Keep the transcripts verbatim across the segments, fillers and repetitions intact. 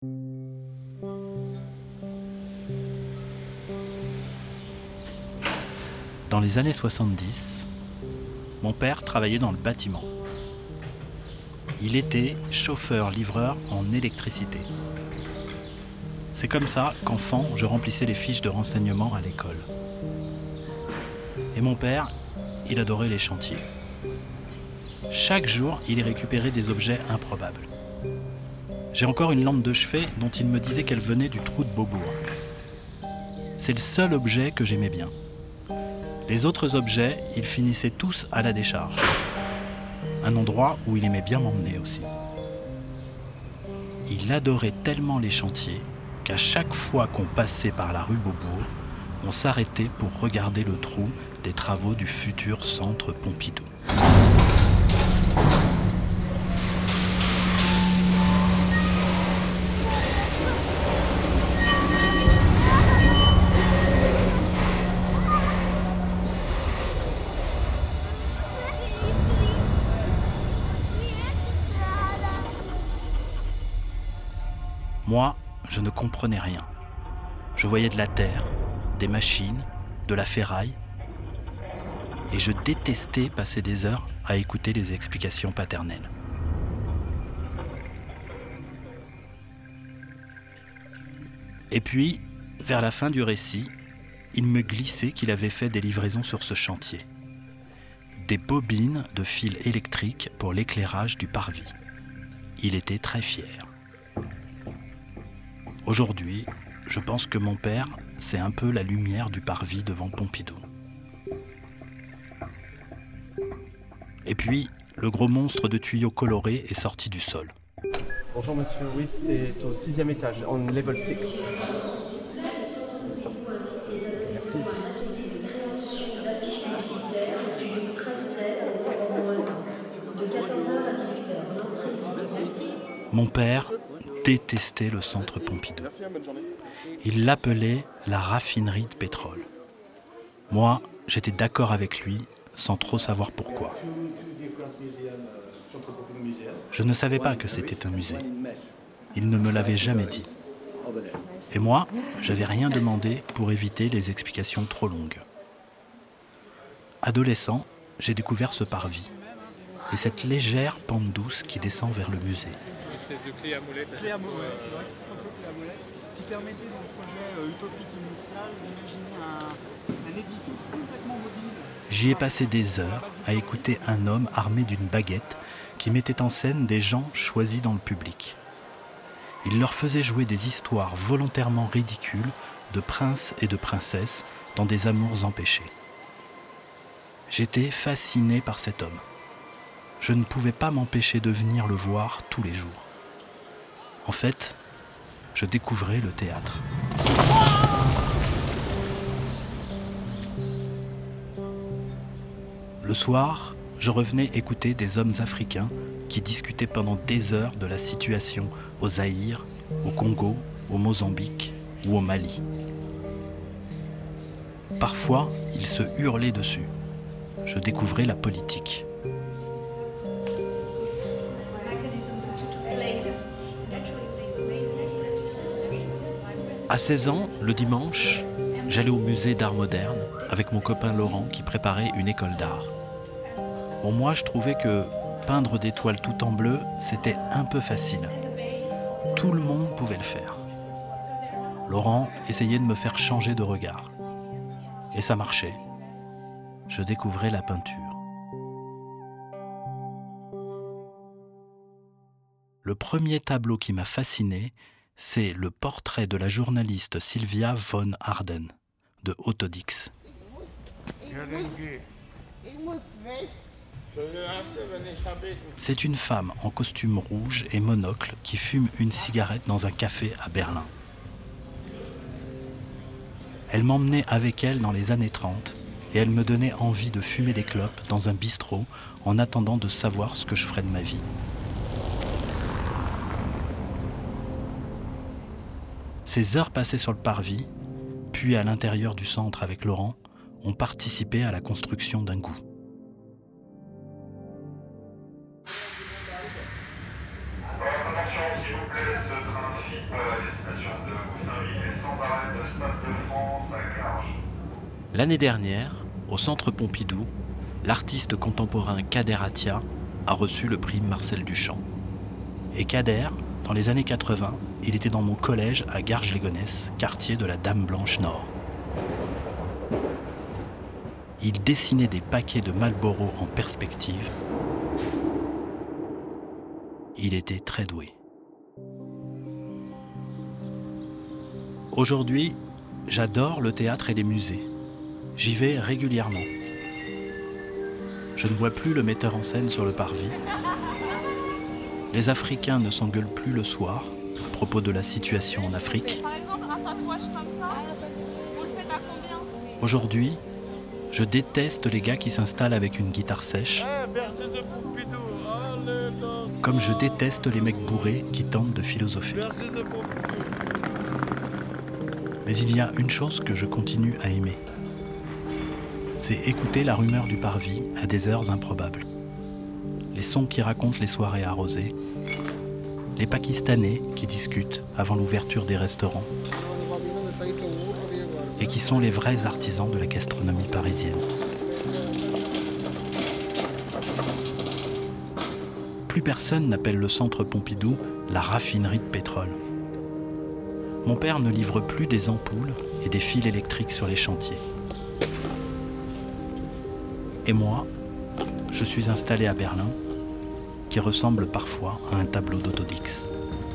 Dans les années soixante-dix, mon père travaillait dans le bâtiment. Il était chauffeur-livreur en électricité. C'est comme ça qu'enfant, je remplissais les fiches de renseignement à l'école. Et mon père, il adorait les chantiers. Chaque jour, il y récupérait des objets improbables. J'ai encore une lampe de chevet dont il me disait qu'elle venait du trou de Beaubourg. C'est le seul objet que j'aimais bien. Les autres objets, ils finissaient tous à la décharge. Un endroit où il aimait bien m'emmener aussi. Il adorait tellement les chantiers qu'à chaque fois qu'on passait par la rue Beaubourg, on s'arrêtait pour regarder le trou des travaux du futur centre Pompidou. Moi, je ne comprenais rien. Je voyais de la terre, des machines, de la ferraille, et je détestais passer des heures à écouter les explications paternelles. Et puis, vers la fin du récit, il me glissait qu'il avait fait des livraisons sur ce chantier. Des bobines de fils électriques pour l'éclairage du parvis. Il était très fier. Aujourd'hui, je pense que mon père, c'est un peu la lumière du parvis devant Pompidou. Et puis, le gros monstre de tuyaux colorés est sorti du sol. Bonjour monsieur, oui, c'est au sixième étage, en level six. Merci. Mon père détestait le centre Pompidou. Il l'appelait la raffinerie de pétrole. Moi, j'étais d'accord avec lui, sans trop savoir pourquoi. Je ne savais pas que c'était un musée. Il ne me l'avait jamais dit. Et moi, j'avais rien demandé pour éviter les explications trop longues. Adolescent, j'ai découvert ce parvis et cette légère pente douce qui descend vers le musée. Une espèce de clé à molette. Clé à molette, c'est vrai, c'est un peu clé à molette, qui permettait dans le projet euh, utopique initial d'imaginer un, un édifice complètement mobile. J'y ai passé des heures à écouter un homme armé d'une baguette qui mettait en scène des gens choisis dans le public. Il leur faisait jouer des histoires volontairement ridicules de princes et de princesses dans des amours empêchés. J'étais fasciné par cet homme. Je ne pouvais pas m'empêcher de venir le voir tous les jours. En fait, je découvrais le théâtre. Le soir, je revenais écouter des hommes africains qui discutaient pendant des heures de la situation au Zaïre, au Congo, au Mozambique ou au Mali. Parfois, ils se hurlaient dessus. Je découvrais la politique. À seize ans, le dimanche, j'allais au musée d'art moderne avec mon copain Laurent qui préparait une école d'art. Bon, moi, je trouvais que peindre des toiles tout en bleu, c'était un peu facile. Tout le monde pouvait le faire. Laurent essayait de me faire changer de regard. Et ça marchait. Je découvrais la peinture. Le premier tableau qui m'a fasciné, c'est le portrait de la journaliste Sylvia von Harden, de Autodix. C'est une femme en costume rouge et monocle qui fume une cigarette dans un café à Berlin. Elle m'emmenait avec elle dans les années trente et elle me donnait envie de fumer des clopes dans un bistrot en attendant de savoir ce que je ferais de ma vie. Ces heures passées sur le parvis, puis à l'intérieur du centre avec Laurent, ont participé à la construction d'un goût. Attention s'il vous plaît, ce train F I P L'année dernière, au Centre Pompidou, l'artiste contemporain Kader Attia a reçu le prix Marcel Duchamp. Et Kader, dans les années quatre-vingts, il était dans mon collège à Garges-les-Gonesse, quartier de la Dame Blanche Nord. Il dessinait des paquets de Marlboro en perspective. Il était très doué. Aujourd'hui, j'adore le théâtre et les musées. J'y vais régulièrement. Je ne vois plus le metteur en scène sur le parvis. Les Africains ne s'engueulent plus le soir à propos de la situation en Afrique. Par exemple, un tatouage comme ça, vous le faites à combien ? Aujourd'hui, je déteste les gars qui s'installent avec une guitare sèche, comme je déteste les mecs bourrés qui tentent de philosopher. Mais il y a une chose que je continue à aimer. C'est écouter la rumeur du parvis à des heures improbables. Les sons qui racontent les soirées arrosées, les Pakistanais qui discutent avant l'ouverture des restaurants et qui sont les vrais artisans de la gastronomie parisienne. Plus personne n'appelle le Centre Pompidou la raffinerie de pétrole. Mon père ne livre plus des ampoules et des fils électriques sur les chantiers. Et moi, je suis installé à Berlin, qui ressemble parfois à un tableau d'Autodix.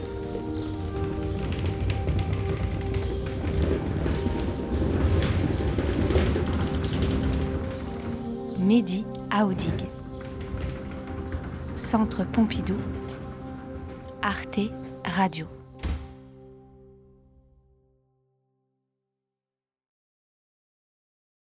Mehdi Aoudig. Centre Pompidou, Arte Radio.